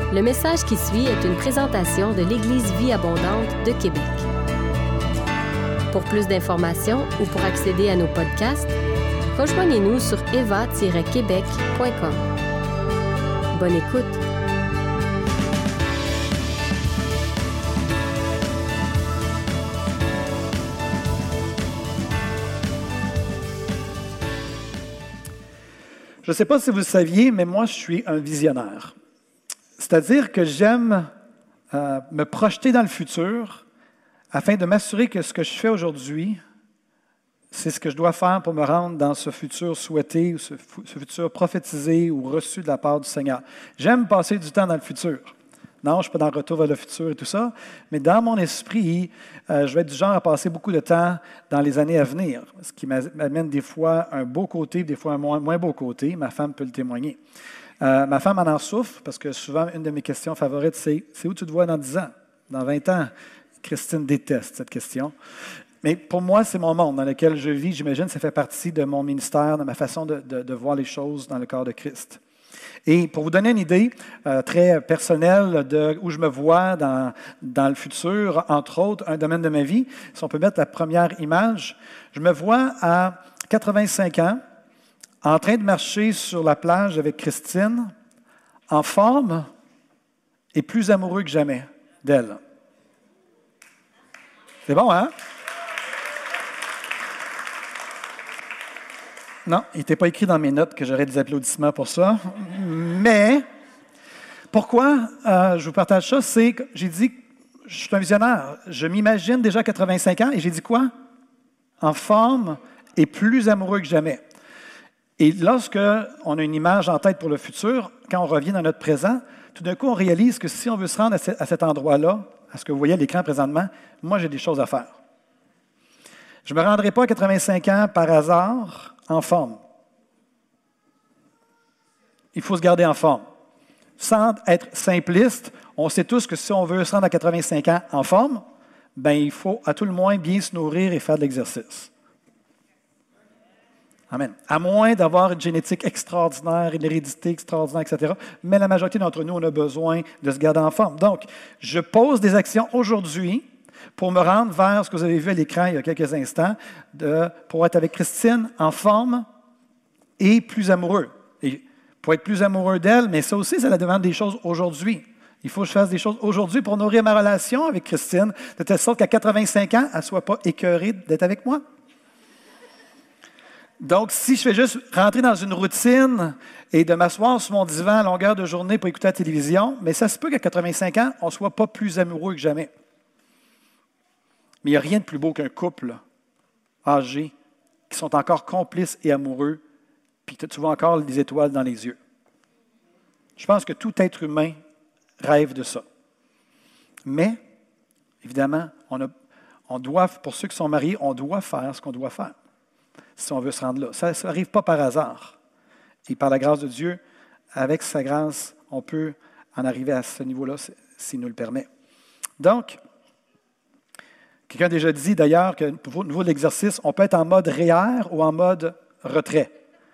Le message qui suit est une présentation de l'Église Vie Abondante de Québec. Pour plus d'informations ou pour accéder à nos podcasts, rejoignez-nous sur eva-québec.com. Bonne écoute! Je ne sais pas si vous le saviez, mais moi, je suis un visionnaire. C'est-à-dire que j'aime me projeter dans le futur afin de m'assurer que ce que je fais aujourd'hui, c'est ce que je dois faire pour me rendre dans ce futur souhaité, ou ce futur prophétisé ou reçu de la part du Seigneur. J'aime passer du temps dans le futur. Non, je ne suis pas dans le retour vers le futur et tout ça, mais dans mon esprit, je vais être du genre à passer beaucoup de temps dans les années à venir, ce qui m'amène des fois un beau côté, des fois un moins beau côté. Ma femme peut le témoigner. Ma femme en souffre, parce que souvent, une de mes questions favorites, c'est où tu te vois dans 10 ans, dans 20 ans? Christine déteste cette question. Mais pour moi, c'est mon monde dans lequel je vis. J'imagine que ça fait partie de mon ministère, de ma façon de voir les choses dans le corps de Christ. Et pour vous donner une idée très personnelle de où je me vois dans le futur, entre autres, un domaine de ma vie, si on peut mettre la première image, je me vois à 85 ans, en train de marcher sur la plage avec Christine, en forme et plus amoureux que jamais d'elle. C'est bon, hein? Non, il n'était pas écrit dans mes notes que j'aurais des applaudissements pour ça. Mais, pourquoi je vous partage ça? C'est que j'ai dit, je suis un visionnaire. Je m'imagine déjà à 85 ans et j'ai dit quoi? En forme et plus amoureux que jamais. Et lorsque on a une image en tête pour le futur, quand on revient dans notre présent, tout d'un coup, on réalise que si on veut se rendre à cet endroit-là, à ce que vous voyez à l'écran présentement, moi, j'ai des choses à faire. Je ne me rendrai pas à 85 ans par hasard en forme. Il faut se garder en forme. Sans être simpliste, on sait tous que si on veut se rendre à 85 ans en forme, ben, il faut à tout le moins bien se nourrir et faire de l'exercice. Amen. À moins d'avoir une génétique extraordinaire, une hérédité extraordinaire, etc. Mais la majorité d'entre nous, on a besoin de se garder en forme. Donc, je pose des actions aujourd'hui pour me rendre vers ce que vous avez vu à l'écran il y a quelques instants, pour être avec Christine en forme et plus amoureux. Et pour être plus amoureux d'elle, mais ça aussi, ça la demande des choses aujourd'hui. Il faut que je fasse des choses aujourd'hui pour nourrir ma relation avec Christine, de telle sorte qu'à 85 ans, elle ne soit pas écœurée d'être avec moi. Donc, si je fais juste rentrer dans une routine et de m'asseoir sur mon divan à longueur de journée pour écouter la télévision, mais ça se peut qu'à 85 ans, on ne soit pas plus amoureux que jamais. Mais il n'y a rien de plus beau qu'un couple âgé qui sont encore complices et amoureux, puis tu vois encore des étoiles dans les yeux. Je pense que tout être humain rêve de ça. Mais, évidemment, on doit, pour ceux qui sont mariés, on doit faire ce qu'on doit faire si on veut se rendre là. Ça n'arrive pas par hasard. Et par la grâce de Dieu, avec sa grâce, on peut en arriver à ce niveau-là s'il nous le permet. Donc, quelqu'un a déjà dit d'ailleurs que au niveau de l'exercice, on peut être en mode REER ou en mode retrait.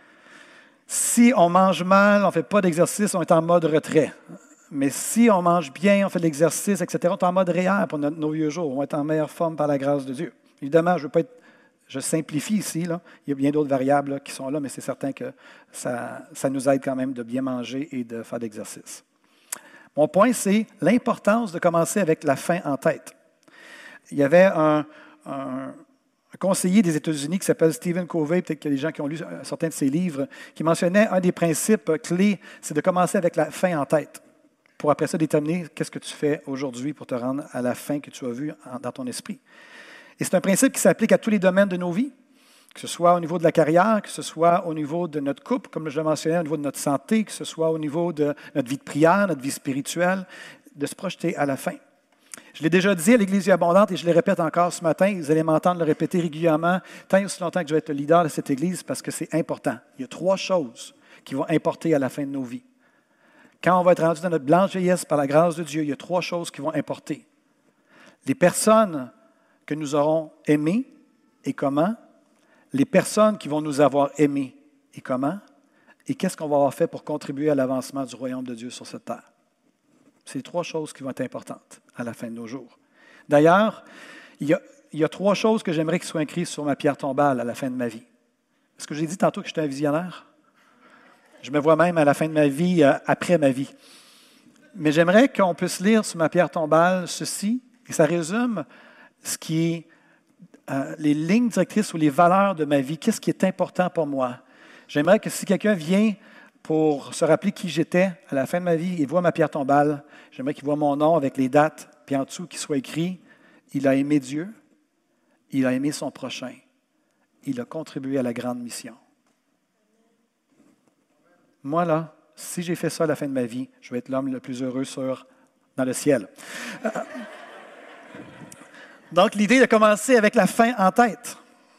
Si on mange mal, on ne fait pas d'exercice, on est en mode retrait. Mais si on mange bien, on fait de l'exercice, etc., on est en mode REER pour nos vieux jours. On va être en meilleure forme par la grâce de Dieu. Évidemment, je simplifie ici, là. Il y a bien d'autres variables là, qui sont là, mais c'est certain que ça nous aide quand même de bien manger et de faire de l'exercice. Mon point, c'est l'importance de commencer avec la fin en tête. Il y avait un conseiller des États-Unis qui s'appelle Stephen Covey, peut-être qu'il y a des gens qui ont lu certains de ses livres, qui mentionnait un des principes clés, c'est de commencer avec la fin en tête, pour après ça déterminer qu'est-ce que tu fais aujourd'hui pour te rendre à la fin que tu as vue dans ton esprit. Et c'est un principe qui s'applique à tous les domaines de nos vies, que ce soit au niveau de la carrière, que ce soit au niveau de notre couple, comme je l'ai mentionné, au niveau de notre santé, que ce soit au niveau de notre vie de prière, notre vie spirituelle, de se projeter à la fin. Je l'ai déjà dit à l'Église Vie Abondante et je le répète encore ce matin, vous allez m'entendre le répéter régulièrement, tant et aussi longtemps que je vais être le leader de cette Église, parce que c'est important. Il y a 3 choses qui vont importer à la fin de nos vies. Quand on va être rendu dans notre blanche vieillesse par la grâce de Dieu, il y a 3 choses qui vont importer. Les personnes que nous aurons aimées et comment, les personnes qui vont nous avoir aimés et comment, et qu'est-ce qu'on va avoir fait pour contribuer à l'avancement du royaume de Dieu sur cette terre. C'est 3 choses qui vont être importantes à la fin de nos jours. D'ailleurs, il y a 3 choses que j'aimerais qu'ils soient écrites sur ma pierre tombale à la fin de ma vie. Est-ce que j'ai dit tantôt que j'étais un visionnaire? Je me vois même à la fin de ma vie, après ma vie. Mais j'aimerais qu'on puisse lire sur ma pierre tombale ceci, et ça résume ce qui est les lignes directrices ou les valeurs de ma vie. Qu'est-ce qui est important pour moi? J'aimerais que si quelqu'un vient pour se rappeler qui j'étais à la fin de ma vie et voit ma pierre tombale, j'aimerais qu'il voit mon nom avec les dates, puis en dessous qu'il soit écrit « Il a aimé Dieu, il a aimé son prochain, il a contribué à la grande mission. » Moi, là, si j'ai fait ça à la fin de ma vie, je vais être l'homme le plus heureux dans le ciel. Donc, l'idée de commencer avec la fin en tête.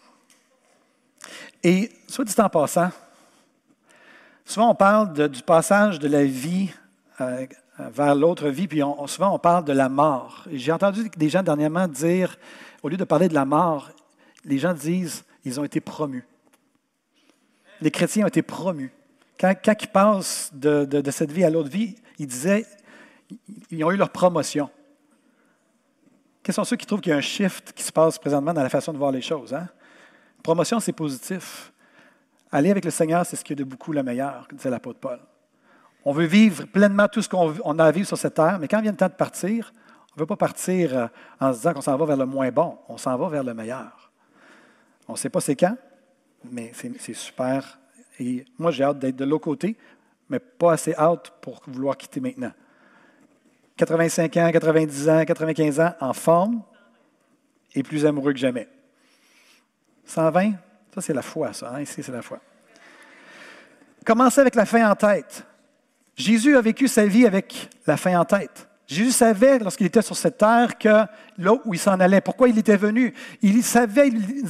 Et, soit dit en passant, souvent on parle du passage de la vie vers l'autre vie, puis souvent on parle de la mort. Et j'ai entendu des gens dernièrement dire, au lieu de parler de la mort, les gens disent, ils ont été promus. Les chrétiens ont été promus. Quand ils passent de cette vie à l'autre vie, ils disaient, ils ont eu leur promotion. Quels sont ceux qui trouvent qu'il y a un shift qui se passe présentement dans la façon de voir les choses? Hein? Promotion, c'est positif. Aller avec le Seigneur, c'est ce qui est de beaucoup le meilleur, disait l'apôtre Paul. On veut vivre pleinement tout ce qu'on a à vivre sur cette terre, mais quand vient le temps de partir, on ne veut pas partir en se disant qu'on s'en va vers le moins bon. On s'en va vers le meilleur. On ne sait pas c'est quand, mais c'est super. Et moi, j'ai hâte d'être de l'autre côté, mais pas assez hâte pour vouloir quitter maintenant. 85 ans, 90 ans, 95 ans, en forme et plus amoureux que jamais. 120, ça c'est la foi, ça. Hein? Ici, c'est la foi. Commencez avec la fin en tête. Jésus a vécu sa vie avec la fin en tête. Jésus savait, lorsqu'il était sur cette terre, que là où il s'en allait, pourquoi il était venu. Il savait,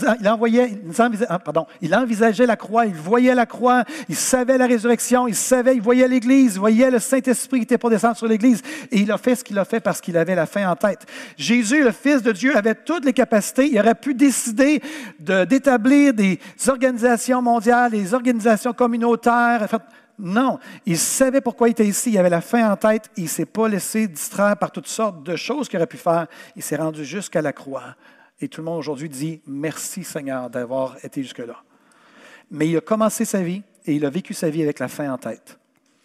il envisageait la croix, il voyait la croix, il savait la résurrection, il voyait l'Église, il voyait le Saint-Esprit qui était pour descendre sur l'Église. Et il a fait ce qu'il a fait parce qu'il avait la fin en tête. Jésus, le Fils de Dieu, avait toutes les capacités. Il aurait pu décider d'établir des organisations mondiales, des organisations communautaires. Non, il savait pourquoi il était ici, il avait la fin en tête, il ne s'est pas laissé distraire par toutes sortes de choses qu'il aurait pu faire. Il s'est rendu jusqu'à la croix. Et tout le monde aujourd'hui dit « Merci Seigneur d'avoir été jusque-là ». Mais il a commencé sa vie et il a vécu sa vie avec la fin en tête.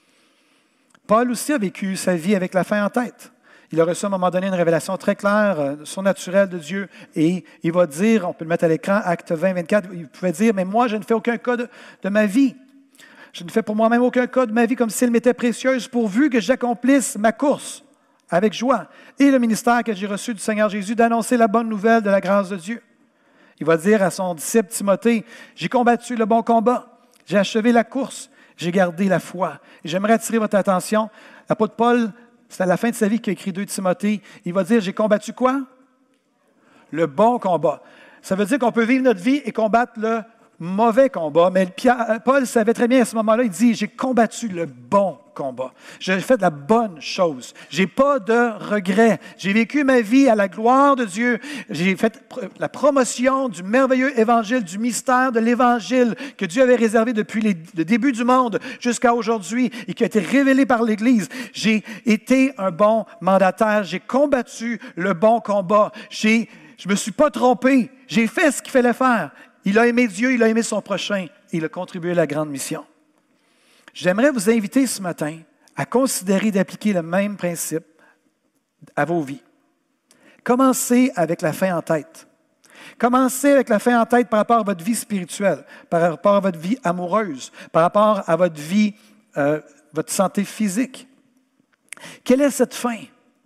Paul aussi a vécu sa vie avec la fin en tête. Il a reçu à un moment donné une révélation très claire, surnaturelle de Dieu. Et il va dire, on peut le mettre à l'écran, Acte 20, 24, il pouvait dire « Mais moi, je ne fais aucun cas de ma vie. Je ne fais pour moi-même aucun cas de ma vie comme si elle m'était précieuse, pourvu que j'accomplisse ma course avec joie et le ministère que j'ai reçu du Seigneur Jésus d'annoncer la bonne nouvelle de la grâce de Dieu. » Il va dire à son disciple Timothée, « J'ai combattu le bon combat, j'ai achevé la course, j'ai gardé la foi. » Et j'aimerais attirer votre attention. L'apôtre Paul, c'est à la fin de sa vie qu'il a écrit 2 Timothée. Il va dire, « J'ai combattu quoi? Le bon combat. » Ça veut dire qu'on peut vivre notre vie et combattre le mauvais combat, mais Paul savait très bien à ce moment-là, il dit, j'ai combattu le bon combat. J'ai fait de la bonne chose. Je n'ai pas de regrets. J'ai vécu ma vie à la gloire de Dieu. J'ai fait la promotion du merveilleux évangile, du mystère de l'évangile que Dieu avait réservé depuis le début du monde jusqu'à aujourd'hui et qui a été révélé par l'Église. J'ai été un bon mandataire. J'ai combattu le bon combat. Je ne me suis pas trompé. J'ai fait ce qu'il fallait faire. Il a aimé Dieu, il a aimé son prochain et il a contribué à la grande mission. J'aimerais vous inviter ce matin à considérer d'appliquer le même principe à vos vies. Commencez avec la fin en tête. Commencez avec la fin en tête par rapport à votre vie spirituelle, par rapport à votre vie amoureuse, par rapport à votre vie, votre santé physique. Quelle est cette fin?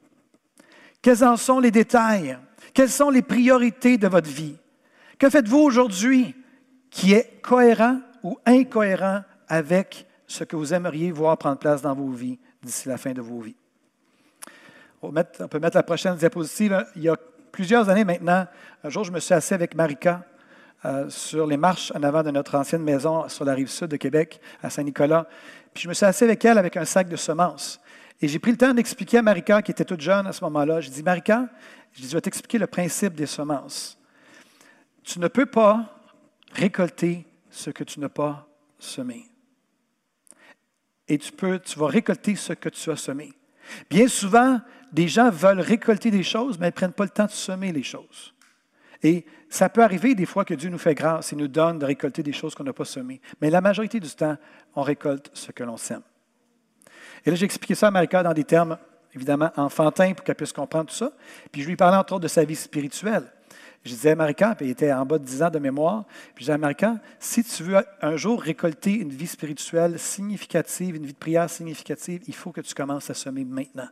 Quels en sont les détails? Quelles sont les priorités de votre vie? Que faites-vous aujourd'hui qui est cohérent ou incohérent avec ce que vous aimeriez voir prendre place dans vos vies d'ici la fin de vos vies? On peut mettre la prochaine diapositive. Il y a plusieurs années maintenant, un jour, je me suis assis avec Marika sur les marches en avant de notre ancienne maison sur la rive sud de Québec, à Saint-Nicolas. Puis je me suis assis avec elle avec un sac de semences. Et j'ai pris le temps d'expliquer à Marika, qui était toute jeune à ce moment-là, j'ai dit, Marika, je vais t'expliquer le principe des semences. Tu ne peux pas récolter ce que tu n'as pas semé. Et tu vas récolter ce que tu as semé. Bien souvent, des gens veulent récolter des choses, mais ils ne prennent pas le temps de semer les choses. Et ça peut arriver des fois que Dieu nous fait grâce et nous donne de récolter des choses qu'on n'a pas semées. Mais la majorité du temps, on récolte ce que l'on sème. Et là, j'ai expliqué ça à Marika dans des termes, évidemment, enfantins pour qu'elle puisse comprendre tout ça. Puis je lui parlais entre autres de sa vie spirituelle. Je disais à Marika, puis elle était en bas de 10 ans de mémoire, puis je disais à Marika, si tu veux un jour récolter une vie spirituelle significative, une vie de prière significative, il faut que tu commences à semer maintenant.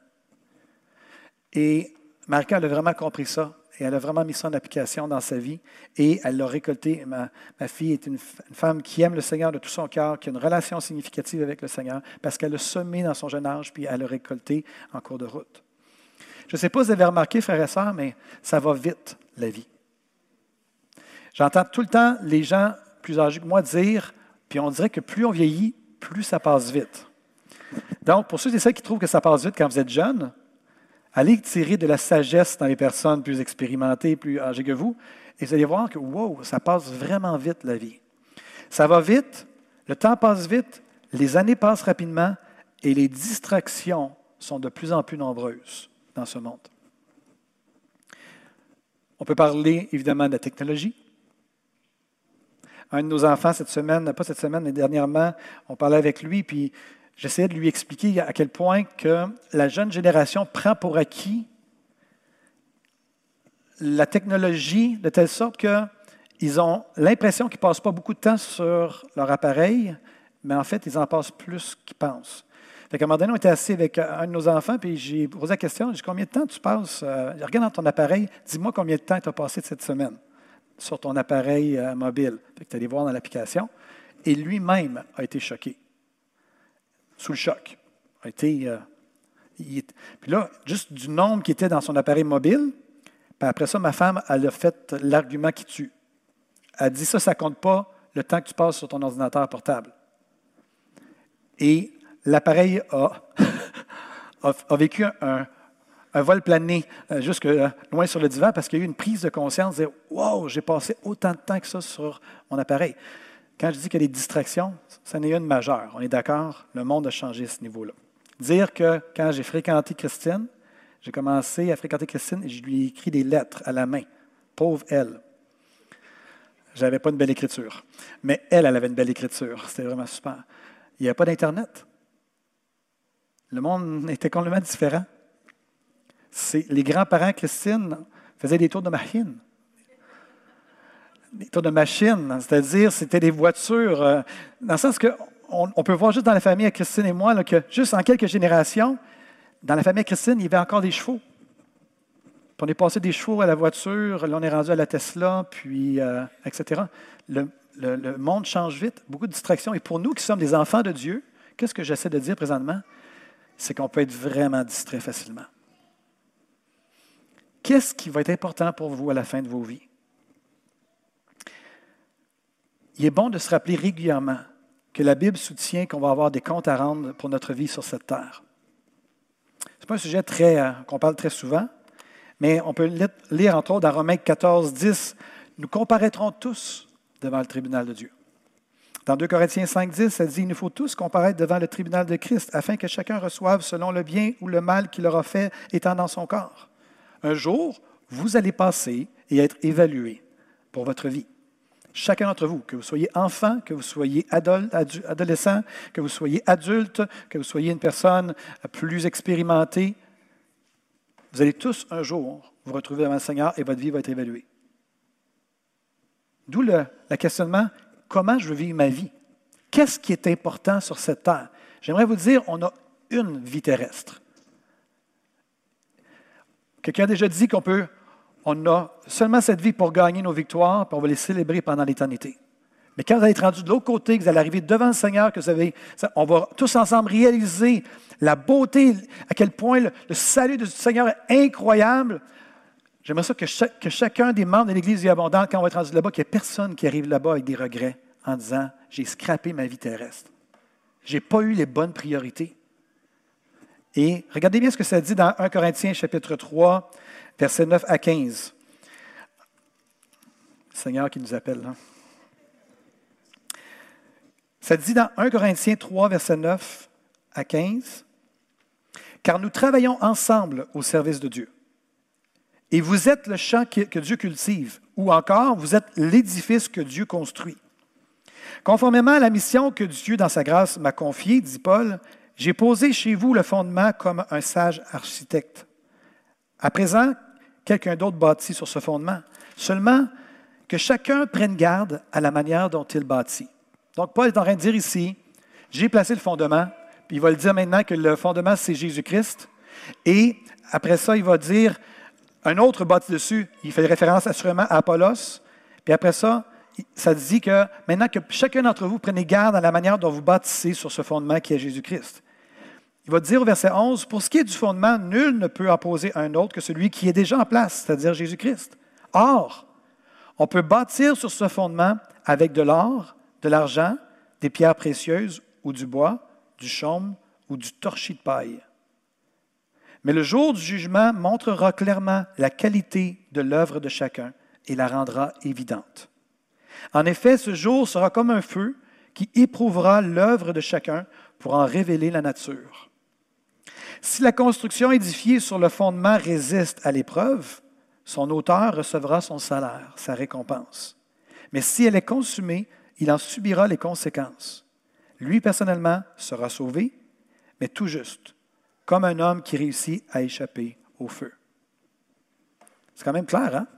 Et Marika, elle a vraiment compris ça, et elle a vraiment mis ça en application dans sa vie, et elle l'a récolté. Ma fille est une femme qui aime le Seigneur de tout son cœur, qui a une relation significative avec le Seigneur, parce qu'elle a semé dans son jeune âge, puis elle a récolté en cours de route. Je ne sais pas si vous avez remarqué, frères et sœurs, mais ça va vite, la vie. J'entends tout le temps les gens plus âgés que moi dire, puis on dirait que plus on vieillit, plus ça passe vite. Donc, pour ceux et celles qui trouvent que ça passe vite quand vous êtes jeune, allez tirer de la sagesse dans les personnes plus expérimentées, plus âgées que vous, et vous allez voir que, wow, ça passe vraiment vite, la vie. Ça va vite, le temps passe vite, les années passent rapidement, et les distractions sont de plus en plus nombreuses dans ce monde. On peut parler, évidemment, de la technologie. Un de nos enfants, cette semaine, pas cette semaine, mais dernièrement, on parlait avec lui, puis j'essayais de lui expliquer à quel point que la jeune génération prend pour acquis la technologie de telle sorte qu'ils ont l'impression qu'ils ne passent pas beaucoup de temps sur leur appareil, mais en fait, ils en passent plus qu'ils pensent. Fait qu'à un moment donné, on était assis avec un de nos enfants, puis j'ai posé la question, j'ai dit, combien de temps tu passes? Regarde dans ton appareil, dis-moi combien de temps tu as passé cette semaine sur ton appareil mobile. Fait que tu allé voir dans l'application. Et lui-même a été choqué. Sous le choc. Puis là, juste du nombre qui était dans son appareil mobile, puis après ça, ma femme, elle a fait l'argument qui tue. Elle dit ça ne compte pas le temps que tu passes sur ton ordinateur portable. Et l'appareil a vécu un vol plané jusque loin sur le divan parce qu'il y a eu une prise de conscience de « Wow, j'ai passé autant de temps que ça sur mon appareil ». Quand je dis qu'il y a des distractions, ça n'est une majeure. On est d'accord? Le monde a changé à ce niveau-là. Dire que quand j'ai fréquenté Christine, j'ai commencé à fréquenter Christine et je lui ai écrit des lettres à la main. Pauvre elle. Je n'avais pas une belle écriture. Mais elle avait une belle écriture. C'était vraiment super. Il n'y avait pas d'Internet. Le monde était complètement différent. Les grands-parents Christine faisaient des tours de machine. Des tours de machine, c'est-à-dire c'était des voitures, dans le sens qu'on peut voir juste dans la famille à Christine et moi, là, que juste en quelques générations, dans la famille à Christine, il y avait encore des chevaux. Puis on est passé des chevaux à la voiture, là on est rendu à la Tesla, puis etc. Le monde change vite, beaucoup de distractions. Et pour nous qui sommes des enfants de Dieu, qu'est-ce que j'essaie de dire présentement? C'est qu'on peut être vraiment distrait facilement. Qu'est-ce qui va être important pour vous à la fin de vos vies? Il est bon de se rappeler régulièrement que la Bible soutient qu'on va avoir des comptes à rendre pour notre vie sur cette terre. Ce n'est pas un sujet qu'on parle très souvent, mais on peut lire entre autres dans Romains 14, 10, « Nous comparaîtrons tous devant le tribunal de Dieu. » Dans 2 Corinthiens 5, 10, ça dit « Il nous faut tous comparaître devant le tribunal de Christ, afin que chacun reçoive selon le bien ou le mal qu'il aura fait étant dans son corps. » Un jour, vous allez passer et être évalué pour votre vie. Chacun d'entre vous, que vous soyez enfant, que vous soyez adolescent, que vous soyez adulte, que vous soyez une personne plus expérimentée, vous allez tous un jour vous retrouver devant le Seigneur et votre vie va être évaluée. D'où le questionnement, comment je veux vivre ma vie? Qu'est-ce qui est important sur cette terre? J'aimerais vous dire, on a une vie terrestre. Quelqu'un a déjà dit on a seulement cette vie pour gagner nos victoires, puis on va les célébrer pendant l'éternité. Mais quand vous allez être rendu de l'autre côté, que vous allez arriver devant le Seigneur, on va tous ensemble réaliser la beauté, à quel point le salut du Seigneur est incroyable. J'aimerais ça que chacun des membres de l'Église Vie Abondante, quand on va être rendu là-bas, qu'il n'y ait personne qui arrive là-bas avec des regrets en disant « J'ai scrappé ma vie terrestre. Je n'ai pas eu les bonnes priorités. » Et regardez bien ce que ça dit dans 1 Corinthiens chapitre 3, versets 9 à 15. Le Seigneur qui nous appelle. Hein? Ça dit dans 1 Corinthiens 3, versets 9 à 15, car nous travaillons ensemble au service de Dieu. Et vous êtes le champ que Dieu cultive, ou encore vous êtes l'édifice que Dieu construit. Conformément à la mission que Dieu, dans sa grâce, m'a confiée, dit Paul, j'ai posé chez vous le fondement comme un sage architecte. À présent, quelqu'un d'autre bâtit sur ce fondement. Seulement que chacun prenne garde à la manière dont il bâtit. Donc, Paul est en train de dire ici, j'ai placé le fondement, puis il va le dire maintenant que le fondement, c'est Jésus-Christ. Et après ça, il va dire, un autre bâtit dessus, il fait référence assurément à Apollos. Puis après ça, ça dit que maintenant que chacun d'entre vous prenez garde à la manière dont vous bâtissez sur ce fondement qui est Jésus-Christ. Il va dire au verset 11, « Pour ce qui est du fondement, nul ne peut opposer un autre que celui qui est déjà en place, c'est-à-dire Jésus-Christ. Or, on peut bâtir sur ce fondement avec de l'or, de l'argent, des pierres précieuses ou du bois, du chaume ou du torchis de paille. Mais le jour du jugement montrera clairement la qualité de l'œuvre de chacun et la rendra évidente. En effet, ce jour sera comme un feu qui éprouvera l'œuvre de chacun pour en révéler la nature. Si la construction édifiée sur le fondement résiste à l'épreuve, son auteur recevra son salaire, sa récompense. Mais si elle est consumée, il en subira les conséquences. Lui, personnellement, sera sauvé, mais tout juste, comme un homme qui réussit à échapper au feu. C'est quand même clair, hein?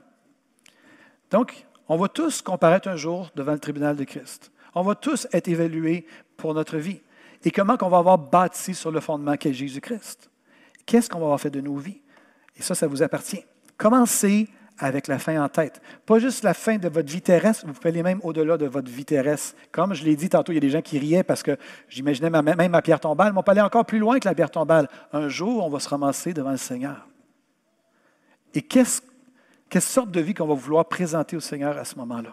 Donc, on va tous comparaître un jour devant le tribunal de Christ. On va tous être évalués pour notre vie. Et comment qu'on va avoir bâti sur le fondement qu'est Jésus-Christ? Qu'est-ce qu'on va avoir fait de nos vies? Et ça vous appartient. Commencez avec la fin en tête. Pas juste la fin de votre vie terrestre, vous pouvez aller même au-delà de votre vie terrestre. Comme je l'ai dit tantôt, il y a des gens qui riaient parce que j'imaginais même ma pierre tombale, mais on peut aller encore plus loin que la pierre tombale. Un jour, on va se ramasser devant le Seigneur. Et quelle sorte de vie qu'on va vouloir présenter au Seigneur à ce moment-là?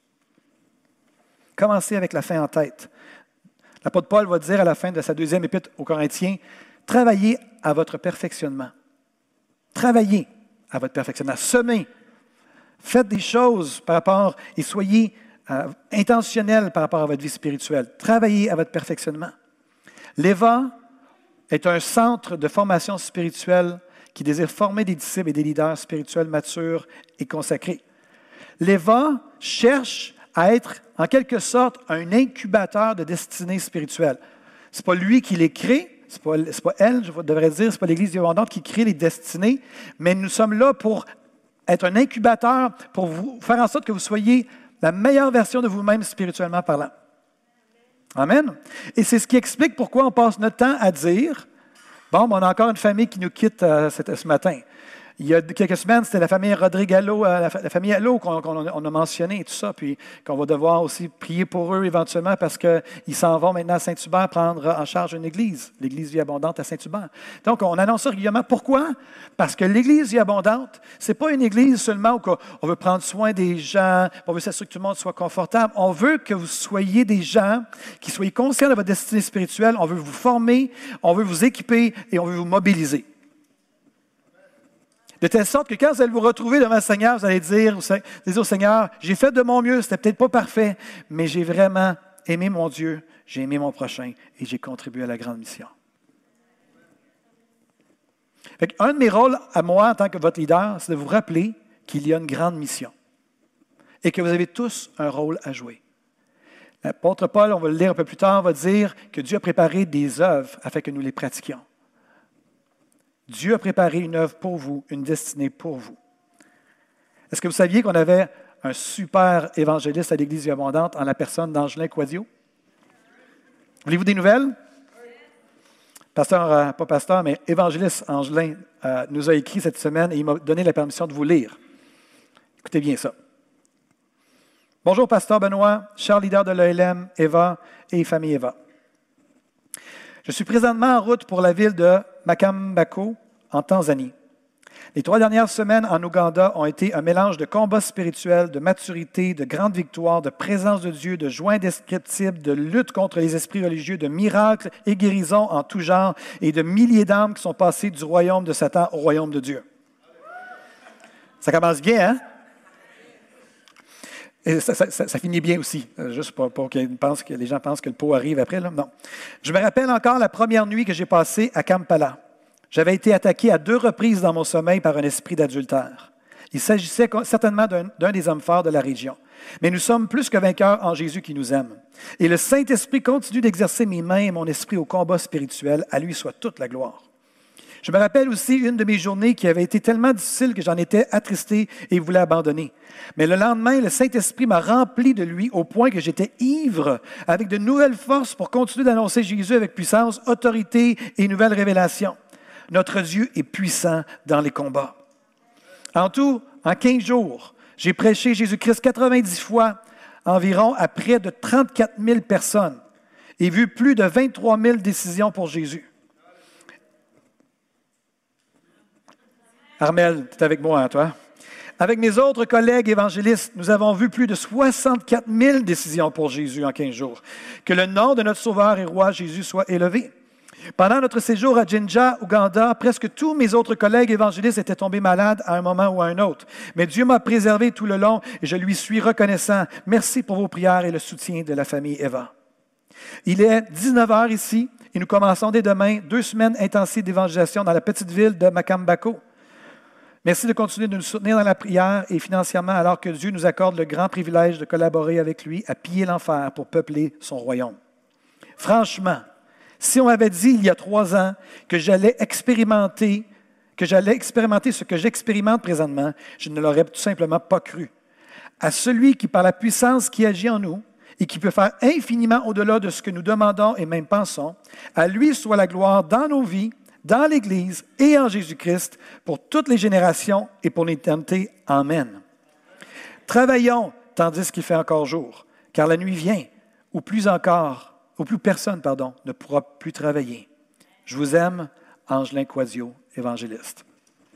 Commencez avec la fin en tête. L'apôtre Paul va dire à la fin de sa deuxième épître aux Corinthiens, « Travaillez à votre perfectionnement. » Travaillez à votre perfectionnement. Semez. Faites des choses par rapport et soyez intentionnels par rapport à votre vie spirituelle. Travaillez à votre perfectionnement. L'Eva est un centre de formation spirituelle qui désire former des disciples et des leaders spirituels matures et consacrés. L'Eva cherche à être, en quelque sorte, un incubateur de destinée spirituelle. Ce n'est pas lui qui les crée, ce n'est pas elle, je devrais dire, ce n'est pas l'Église Vie abondante qui crée les destinées, mais nous sommes là pour être un incubateur, pour vous faire en sorte que vous soyez la meilleure version de vous-même spirituellement parlant. Amen. Et c'est ce qui explique pourquoi on passe notre temps à dire, bon, on a encore une famille qui nous quitte ce matin. Il y a quelques semaines, c'était la famille Rodrigue-Allo, la famille Allo qu'on a mentionné et tout ça, puis qu'on va devoir aussi prier pour eux éventuellement parce qu'ils s'en vont maintenant à Saint-Hubert prendre en charge une église, l'Église Vie abondante à Saint-Hubert. Donc, on annonce ça régulièrement. Pourquoi? Parce que l'Église Vie abondante, ce n'est pas une église seulement où on veut prendre soin des gens, on veut s'assurer que tout le monde soit confortable. On veut que vous soyez des gens qui soyez conscients de votre destinée spirituelle. On veut vous former, on veut vous équiper et on veut vous mobiliser. De telle sorte que quand vous allez vous retrouver devant le Seigneur, vous allez dire au Seigneur, j'ai fait de mon mieux, c'était peut-être pas parfait, mais j'ai vraiment aimé mon Dieu, j'ai aimé mon prochain et j'ai contribué à la grande mission. Un de mes rôles à moi en tant que votre leader, c'est de vous rappeler qu'il y a une grande mission et que vous avez tous un rôle à jouer. L'apôtre Paul, on va le lire un peu plus tard, va dire que Dieu a préparé des œuvres afin que nous les pratiquions. Dieu a préparé une œuvre pour vous, une destinée pour vous. Est-ce que vous saviez qu'on avait un super évangéliste à l'Église Vie abondante en la personne d'Angelin Quadio? Voulez-vous des nouvelles? Pas pasteur, mais évangéliste Angelin nous a écrit cette semaine et il m'a donné la permission de vous lire. Écoutez bien ça. Bonjour, pasteur Benoît, cher leader de l'ELM, Eva et famille Eva. Je suis présentement en route pour la ville de Makambako, en Tanzanie. Les 3 dernières semaines en Ouganda ont été un mélange de combats spirituels, de maturité, de grandes victoires, de présence de Dieu, de joie indescriptible, de lutte contre les esprits religieux, de miracles et guérisons en tout genre et de milliers d'âmes qui sont passées du royaume de Satan au royaume de Dieu. Ça commence bien, hein? Et ça finit bien aussi, juste pour que les gens pensent que le pot arrive après. Là. Non. Je me rappelle encore la première nuit que j'ai passée à Kampala. J'avais été attaqué à 2 reprises dans mon sommeil par un esprit d'adultère. Il s'agissait certainement d'un des hommes forts de la région. Mais nous sommes plus que vainqueurs en Jésus qui nous aime. Et le Saint-Esprit continue d'exercer mes mains et mon esprit au combat spirituel. À lui soit toute la gloire. Je me rappelle aussi une de mes journées qui avait été tellement difficile que j'en étais attristé et voulais abandonner. Mais le lendemain, le Saint-Esprit m'a rempli de lui au point que j'étais ivre, avec de nouvelles forces pour continuer d'annoncer Jésus avec puissance, autorité et nouvelles révélations. Notre Dieu est puissant dans les combats. En tout, en 15 jours, j'ai prêché Jésus-Christ 90 fois environ à près de 34 000 personnes et vu plus de 23 000 décisions pour Jésus. Armel, tu es avec moi, hein, toi? Avec mes autres collègues évangélistes, nous avons vu plus de 64 000 décisions pour Jésus en 15 jours. Que le nom de notre Sauveur et Roi Jésus soit élevé. Pendant notre séjour à Jinja, Ouganda, presque tous mes autres collègues évangélistes étaient tombés malades à un moment ou à un autre. Mais Dieu m'a préservé tout le long et je lui suis reconnaissant. Merci pour vos prières et le soutien de la famille Eva. Il est 19h ici et nous commençons dès demain 2 semaines intensives d'évangélisation dans la petite ville de Makambako. Merci de continuer de nous soutenir dans la prière et financièrement alors que Dieu nous accorde le grand privilège de collaborer avec lui à piller l'enfer pour peupler son royaume. Franchement, si on m'avait dit il y a 3 ans que j'allais expérimenter ce que j'expérimente présentement, je ne l'aurais tout simplement pas cru. À celui qui, par la puissance qui agit en nous et qui peut faire infiniment au-delà de ce que nous demandons et même pensons, à lui soit la gloire dans nos vies, dans l'Église et en Jésus-Christ, pour toutes les générations et pour l'éternité. Amen. Travaillons tandis qu'il fait encore jour, car la nuit vient, ou plus personne ne pourra plus travailler. Je vous aime, Angelin Quasio, évangéliste.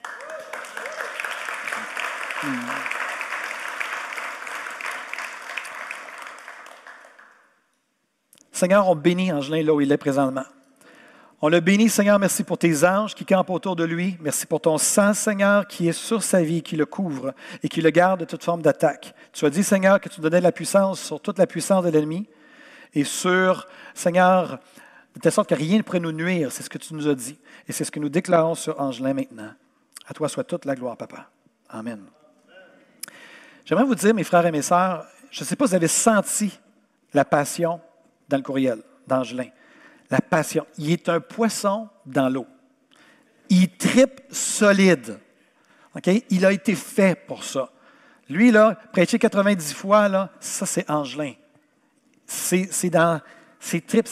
Seigneur, on bénit Angelin là où il est présentement. On le bénit, Seigneur, merci pour tes anges qui campent autour de lui. Merci pour ton sang, Seigneur, qui est sur sa vie, qui le couvre et qui le garde de toute forme d'attaque. Tu as dit, Seigneur, que tu donnais la puissance sur toute la puissance de l'ennemi et sur, Seigneur, de telle sorte que rien ne pourrait nous nuire. C'est ce que tu nous as dit. Et c'est ce que nous déclarons sur Angelin maintenant. À toi soit toute la gloire, Papa. Amen. J'aimerais vous dire, mes frères et mes sœurs, je ne sais pas si vous avez senti la passion dans le courriel d'Angelin. La passion. Il est un poisson dans l'eau. Il tripe solide. Okay? Il a été fait pour ça. Lui, là, prêcher 90 fois, là, ça, c'est Angelin. C'est dans ses tripes.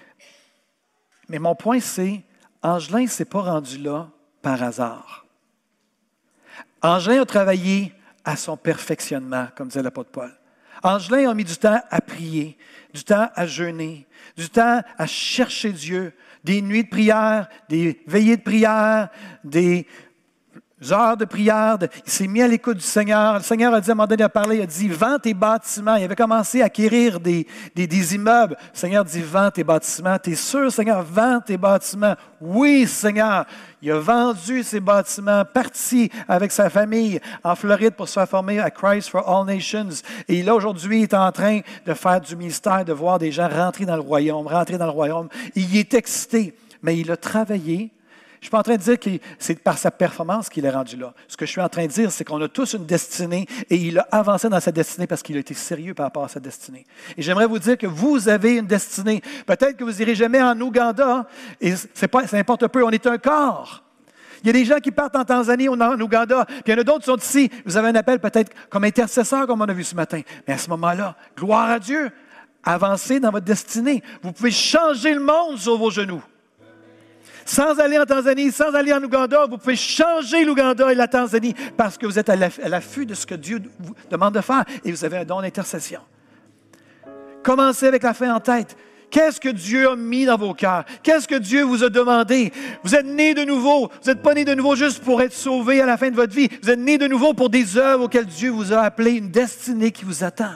Mais mon point, c'est, Angelin ne s'est pas rendu là par hasard. Angelin a travaillé à son perfectionnement, comme disait l'apôtre Paul. Angelin a mis du temps à prier, du temps à jeûner, du temps à chercher Dieu, des nuits de prière, des veillées de prière, des heures de prière. Il s'est mis à l'écoute du Seigneur. Le Seigneur a dit, à un moment donné, il a dit, vends tes bâtiments. Il avait commencé à acquérir des immeubles. Le Seigneur dit, vends tes bâtiments. Tu es sûr, Seigneur, vends tes bâtiments. Oui, Seigneur. Il a vendu ses bâtiments, parti avec sa famille en Floride pour se faire former à Christ for All Nations. Et là, aujourd'hui, il est en train de faire du ministère, de voir des gens rentrer dans le royaume. Il est excité, mais il a travaillé. Je ne suis pas en train de dire que c'est par sa performance qu'il est rendu là. Ce que je suis en train de dire, c'est qu'on a tous une destinée et il a avancé dans sa destinée parce qu'il a été sérieux par rapport à sa destinée. Et j'aimerais vous dire que vous avez une destinée. Peut-être que vous n'irez jamais en Ouganda et ça importe peu, on est un corps. Il y a des gens qui partent en Tanzanie ou en Ouganda, puis il y en a d'autres qui sont ici. Vous avez un appel peut-être comme intercesseur, comme on a vu ce matin. Mais à ce moment-là, gloire à Dieu, avancez dans votre destinée. Vous pouvez changer le monde sur vos genoux. Sans aller en Tanzanie, sans aller en Ouganda, vous pouvez changer l'Ouganda et la Tanzanie parce que vous êtes à l'affût de ce que Dieu vous demande de faire et vous avez un don d'intercession. Commencez avec la fin en tête. Qu'est-ce que Dieu a mis dans vos cœurs? Qu'est-ce que Dieu vous a demandé? Vous êtes nés de nouveau. Vous n'êtes pas nés de nouveau juste pour être sauvés à la fin de votre vie. Vous êtes nés de nouveau pour des œuvres auxquelles Dieu vous a appelé, une destinée qui vous attend.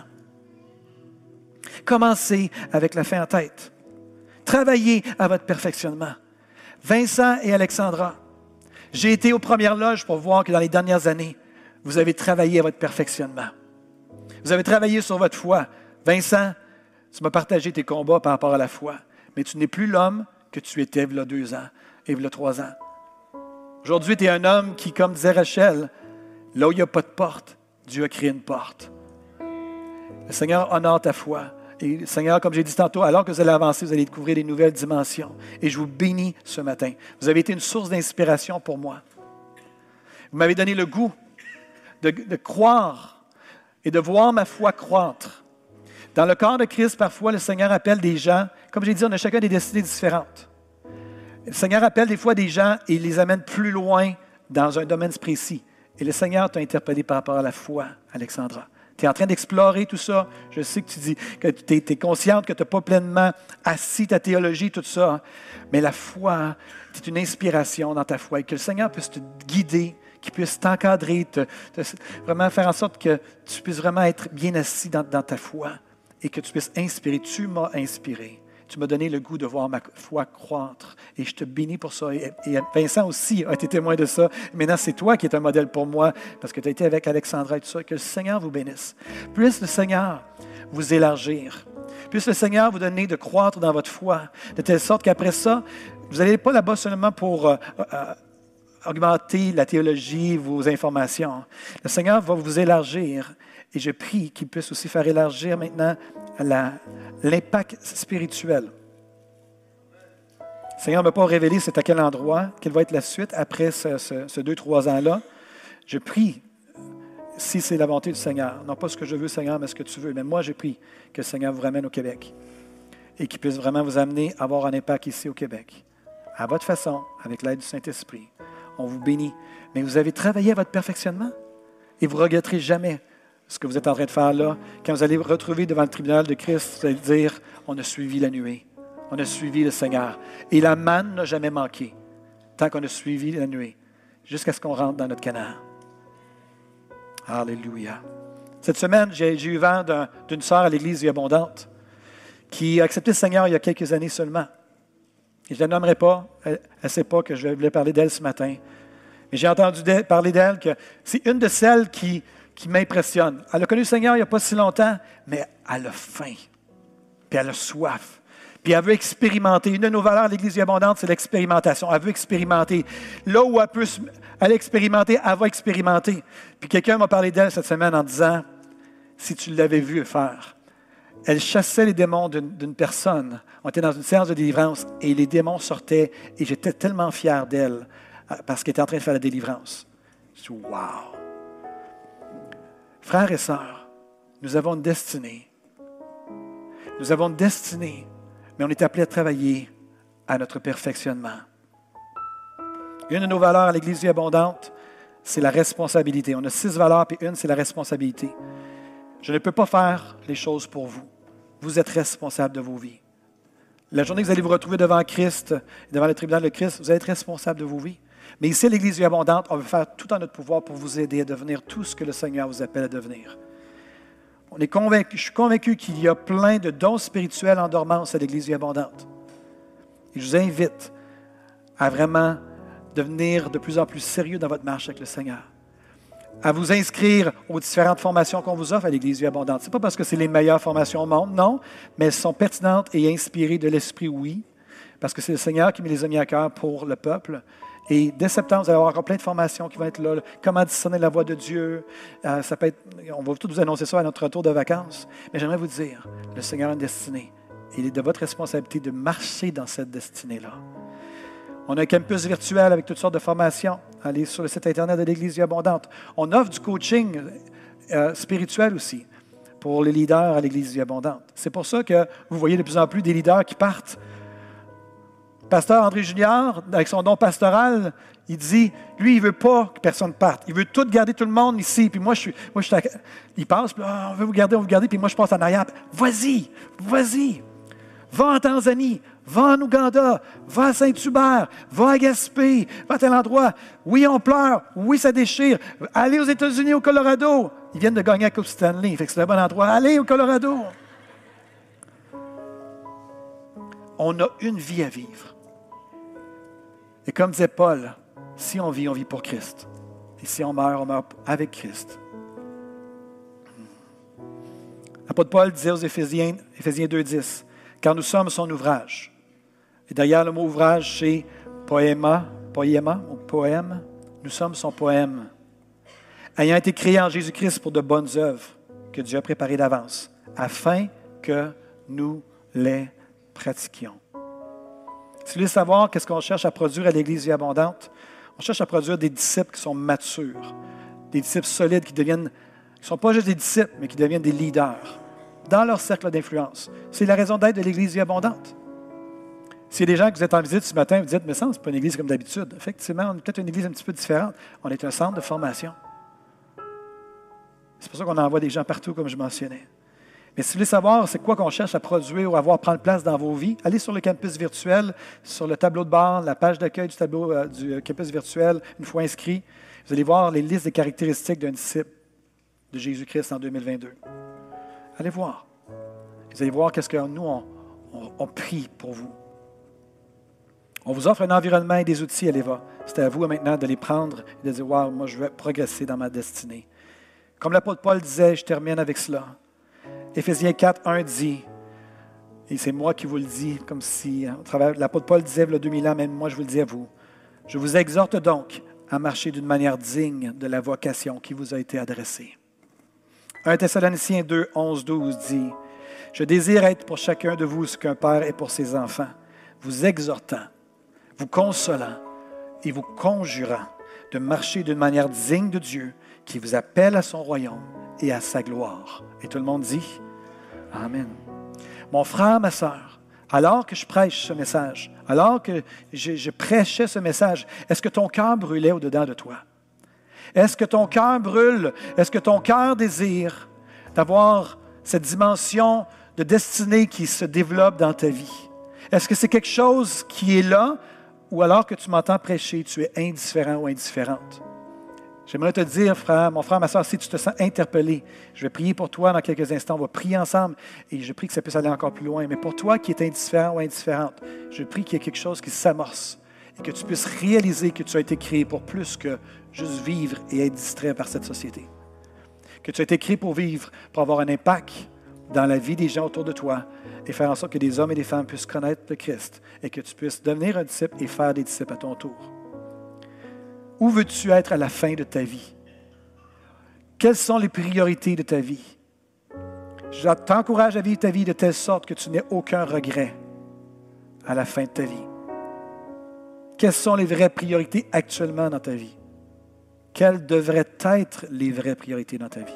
Commencez avec la fin en tête. Travaillez à votre perfectionnement. Vincent et Alexandra, j'ai été aux premières loges pour voir que dans les dernières années, vous avez travaillé à votre perfectionnement. Vous avez travaillé sur votre foi. Vincent, tu m'as partagé tes combats par rapport à la foi, mais tu n'es plus l'homme que tu étais il y a 2 ans et il y a 3 ans. Aujourd'hui, tu es un homme qui, comme disait Rachel, là où il n'y a pas de porte, Dieu a créé une porte. Le Seigneur honore ta foi. Et le Seigneur, comme j'ai dit tantôt, alors que vous allez avancer, vous allez découvrir des nouvelles dimensions. Et je vous bénis ce matin. Vous avez été une source d'inspiration pour moi. Vous m'avez donné le goût de croire et de voir ma foi croître. Dans le corps de Christ, parfois, le Seigneur appelle des gens, comme j'ai dit, on a chacun des destinées différentes. Le Seigneur appelle des fois des gens et il les amène plus loin dans un domaine précis. Et le Seigneur t'a interpellé par rapport à la foi, Alexandra. Tu es en train d'explorer tout ça. Je sais que tu dis que tu es consciente que tu n'as pas pleinement assis ta théologie, tout ça. Mais la foi, c'est une inspiration dans ta foi. Et que le Seigneur puisse te guider, qu'il puisse t'encadrer, vraiment faire en sorte que tu puisses vraiment être bien assis dans ta foi et que tu puisses inspirer. Tu m'as inspiré. Tu m'as donné le goût de voir ma foi croître. Et je te bénis pour ça. Et Vincent aussi a été témoin de ça. Maintenant, c'est toi qui es un modèle pour moi parce que tu as été avec Alexandra et tout ça. Que le Seigneur vous bénisse. Puisse le Seigneur vous élargir. Puisse le Seigneur vous donner de croître dans votre foi. De telle sorte qu'après ça, vous n'allez pas là-bas seulement pour augmenter la théologie, vos informations. Le Seigneur va vous élargir. Et je prie qu'il puisse aussi faire élargir maintenant l'impact spirituel. Le Seigneur ne m'a pas révélé c'est à quel endroit, quelle va être la suite après ce 2-3 ans-là. Je prie, si c'est la volonté du Seigneur, non pas ce que je veux, Seigneur, mais ce que tu veux. Mais moi, j'ai pris que le Seigneur vous ramène au Québec et qu'il puisse vraiment vous amener à avoir un impact ici au Québec. À votre façon, avec l'aide du Saint-Esprit. On vous bénit. Mais vous avez travaillé à votre perfectionnement et vous ne regretterez jamais ce que vous êtes en train de faire là. Quand vous allez vous retrouver devant le tribunal de Christ, vous allez dire, on a suivi la nuée. On a suivi le Seigneur. Et la manne n'a jamais manqué, tant qu'on a suivi la nuée, jusqu'à ce qu'on rentre dans notre Canaan. Alléluia. Cette semaine, j'ai eu vent d'une sœur à l'Église Vie Abondante qui a accepté le Seigneur il y a quelques années seulement. Et je ne la nommerai pas. Elle ne sait pas que je voulais parler d'elle ce matin. Mais j'ai entendu parler d'elle que c'est une de celles qui m'impressionne. Elle a connu le Seigneur il n'y a pas si longtemps, mais elle a faim, puis elle a soif, puis elle veut expérimenter. Une de nos valeurs à l'Église Vie Abondante, c'est l'expérimentation. Elle veut expérimenter. Là où elle peut aller expérimenter, elle va expérimenter. Puis quelqu'un m'a parlé d'elle cette semaine en disant, si tu l'avais vu faire, elle chassait les démons d'une personne. On était dans une séance de délivrance et les démons sortaient et j'étais tellement fier d'elle parce qu'elle était en train de faire la délivrance. Je dis, wow! Frères et sœurs, nous avons une destinée. Nous avons une destinée, mais on est appelé à travailler à notre perfectionnement. Une de nos valeurs à l'Église Vie Abondante, c'est la responsabilité. On a 6 valeurs, puis une, c'est la responsabilité. Je ne peux pas faire les choses pour vous. Vous êtes responsable de vos vies. La journée que vous allez vous retrouver devant Christ, devant le tribunal de Christ, vous allez être responsable de vos vies. Mais ici, à l'Église Vie Abondante, on veut faire tout en notre pouvoir pour vous aider à devenir tout ce que le Seigneur vous appelle à devenir. Je suis convaincu qu'il y a plein de dons spirituels en dormance à l'Église Vie Abondante. Et je vous invite à vraiment devenir de plus en plus sérieux dans votre marche avec le Seigneur. À vous inscrire aux différentes formations qu'on vous offre à l'Église Vie Abondante. Ce n'est pas parce que c'est les meilleures formations au monde, non, mais elles sont pertinentes et inspirées de l'Esprit, oui, parce que c'est le Seigneur qui me les a mis à cœur pour le peuple. Et dès septembre, vous allez avoir encore plein de formations qui vont être là. Comment discerner la voix de Dieu. Ça peut être, on va tout vous annoncer ça à notre retour de vacances. Mais j'aimerais vous dire, le Seigneur a une destinée. Il est de votre responsabilité de marcher dans cette destinée-là. On a un campus virtuel avec toutes sortes de formations. Allez sur le site Internet de l'Église Vie Abondante. On offre du coaching spirituel aussi pour les leaders à l'Église Vie Abondante. C'est pour ça que vous voyez de plus en plus des leaders qui partent. Pasteur André Junior, avec son don pastoral, il dit, lui, il ne veut pas que personne parte. Il veut tout garder tout le monde ici. Puis moi, il passe, puis, on veut vous garder, puis moi, je passe en arrière. Vas-y. Va en Tanzanie, va en Ouganda, va à Saint-Hubert, va à Gaspé, va à tel endroit. Oui, on pleure. Oui, ça déchire. Allez aux États-Unis, au Colorado. Ils viennent de gagner la Coupe Stanley, fait que c'est un bon endroit. Allez au Colorado. On a une vie à vivre. Et comme disait Paul, si on vit pour Christ. Et si on meurt avec Christ. L'apôtre Paul disait aux Éphésiens 2,10, « Car nous sommes son ouvrage. » Et derrière le mot ouvrage, c'est poéma, poema ou poème, nous sommes son poème, ayant été créés en Jésus-Christ pour de bonnes œuvres que Dieu a préparées d'avance, afin que nous les pratiquions. Si vous voulez savoir qu'est-ce qu'on cherche à produire à l'Église Vie Abondante, on cherche à produire des disciples qui sont matures, des disciples solides qui ne sont pas juste des disciples, mais qui deviennent des leaders dans leur cercle d'influence. C'est la raison d'être de l'Église Vie Abondante. S'il y a des gens que vous êtes en visite ce matin, vous dites, mais ça, ce n'est pas une église comme d'habitude. Effectivement, on est peut-être une église un petit peu différente. On est un centre de formation. C'est pour ça qu'on envoie des gens partout, comme je mentionnais. Mais si vous voulez savoir c'est quoi qu'on cherche à produire ou à prendre place dans vos vies, allez sur le campus virtuel, sur le tableau de bord, la page d'accueil du tableau du campus virtuel, une fois inscrit. Vous allez voir les listes des caractéristiques d'un disciple de Jésus-Christ en 2022. Allez voir. Vous allez voir qu'est-ce que nous, on prie pour vous. On vous offre un environnement et des outils, Eva. C'est à vous maintenant de les prendre et de dire, wow, moi je veux progresser dans ma destinée. Comme l'apôtre Paul disait, je termine avec cela. Éphésiens 4, 1 dit, et c'est moi qui vous le dis, comme si, au travers, l'apôtre Paul disait, il y a 2000 ans, même moi je vous le dis à vous, je vous exhorte donc à marcher d'une manière digne de la vocation qui vous a été adressée. 1 Thessaloniciens 2, 11, 12 dit, je désire être pour chacun de vous ce qu'un père est pour ses enfants, vous exhortant, vous consolant et vous conjurant de marcher d'une manière digne de Dieu qui vous appelle à son royaume et à sa gloire. Et tout le monde dit Amen. Mon frère, ma sœur, alors que je prêche ce message, alors que je prêchais ce message, est-ce que ton cœur brûlait au-dedans de toi? Est-ce que ton cœur brûle? Est-ce que ton cœur désire d'avoir cette dimension de destinée qui se développe dans ta vie? Est-ce que c'est quelque chose qui est là ou alors que tu m'entends prêcher, tu es indifférent ou indifférente? J'aimerais te dire, mon frère, ma soeur, si tu te sens interpellé, je vais prier pour toi dans quelques instants. On va prier ensemble et je prie que ça puisse aller encore plus loin. Mais pour toi qui es indifférent ou indifférente, je prie qu'il y ait quelque chose qui s'amorce et que tu puisses réaliser que tu as été créé pour plus que juste vivre et être distrait par cette société. Que tu as été créé pour vivre, pour avoir un impact dans la vie des gens autour de toi et faire en sorte que des hommes et des femmes puissent connaître le Christ et que tu puisses devenir un disciple et faire des disciples à ton tour. Où veux-tu être à la fin de ta vie? Quelles sont les priorités de ta vie? Je t'encourage à vivre ta vie de telle sorte que tu n'aies aucun regret à la fin de ta vie. Quelles sont les vraies priorités actuellement dans ta vie? Quelles devraient être les vraies priorités dans ta vie?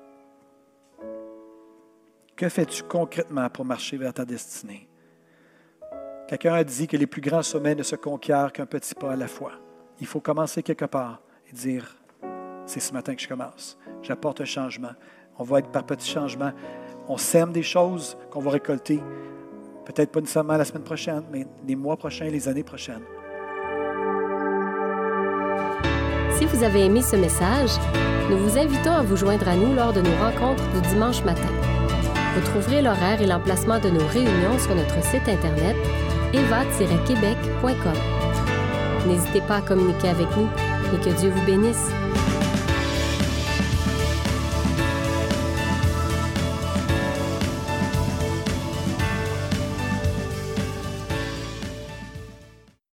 Que fais-tu concrètement pour marcher vers ta destinée? Quelqu'un a dit que les plus grands sommets ne se conquièrent qu'un petit pas à la fois. Il faut commencer quelque part et dire, c'est ce matin que je commence. J'apporte un changement. On va être par petits changements. On sème des choses qu'on va récolter. Peut-être pas nécessairement la semaine prochaine, mais les mois prochains, les années prochaines. Si vous avez aimé ce message, nous vous invitons à vous joindre à nous lors de nos rencontres du dimanche matin. Vous trouverez l'horaire et l'emplacement de nos réunions sur notre site Internet eva-québec.com. N'hésitez pas à communiquer avec nous et que Dieu vous bénisse.